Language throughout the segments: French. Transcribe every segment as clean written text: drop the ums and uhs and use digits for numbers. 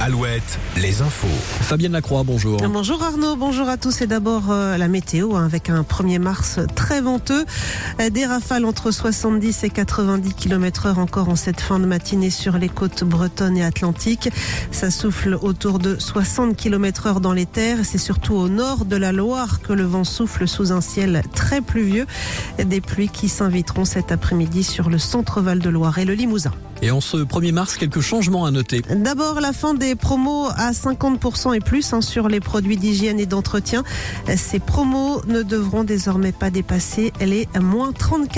Alouette, les infos. Fabienne Lacroix, bonjour. Bonjour Arnaud, bonjour à tous. Et d'abord la météo avec un 1er mars très venteux. Des rafales entre 70 et 90 km/h encore en cette fin de matinée sur les côtes bretonnes et atlantiques. Ça souffle autour de 60 km/h dans les terres. C'est surtout au nord de la Loire que le vent souffle sous un ciel très pluvieux. Des pluies qui s'inviteront cet après-midi sur le centre Val-de-Loire et le Limousin. Et en ce 1er mars, quelques changements à noter. D'abord, la fin des promos à 50% et plus sur les produits d'hygiène et d'entretien. Ces promos ne devront désormais pas dépasser les moins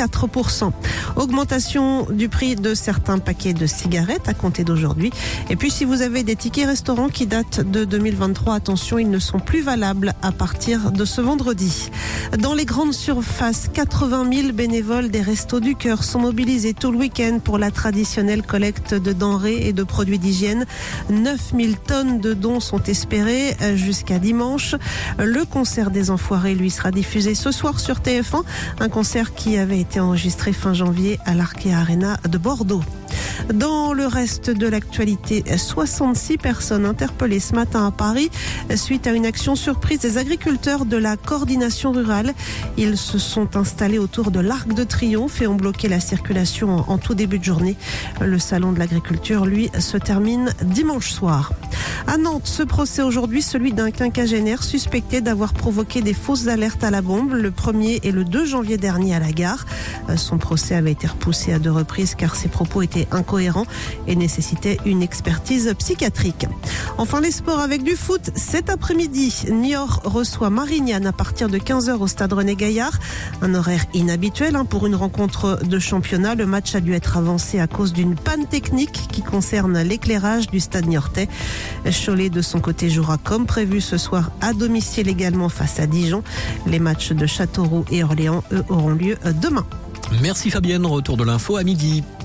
34%. Augmentation du prix de certains paquets de cigarettes à compter d'aujourd'hui. Et puis, si vous avez des tickets restaurants qui datent de 2023, attention, ils ne sont plus valables à partir de ce vendredi. Dans les grandes surfaces, 80 000 bénévoles des Restos du Cœur sont mobilisés tout le week-end pour la traditionnelle collecte de denrées et de produits d'hygiène. 9000 tonnes de dons sont espérées jusqu'à dimanche. Le concert des Enfoirés, lui, sera diffusé ce soir sur TF1. Un concert qui avait été enregistré fin janvier à l'Arkea Arena de Bordeaux. Dans le reste de l'actualité, 66 personnes interpellées ce matin à Paris suite à une action surprise des agriculteurs de la coordination rurale. Ils se sont installés autour de l'Arc de Triomphe et ont bloqué la circulation en tout début de journée. Le salon de l'agriculture, lui, se termine dimanche soir. À Nantes, ce procès aujourd'hui, celui d'un quinquagénaire suspecté d'avoir provoqué des fausses alertes à la bombe le 1er et le 2 janvier dernier à la gare. Son procès avait été repoussé à 2 reprises car ses propos étaient incohérents et nécessitaient une expertise psychiatrique. Enfin, les sports avec du foot. Cet après-midi, Niort reçoit Marignane à partir de 15h au stade René-Gaillard. Un horaire inhabituel pour une rencontre de championnat. Le match a dû être avancé à cause d'une panne technique qui concerne l'éclairage du stade niortais. Cholet, de son côté, jouera comme prévu ce soir à domicile également face à Dijon. Les matchs de Châteauroux et Orléans, eux, auront lieu demain. Merci Fabienne, retour de l'info à midi.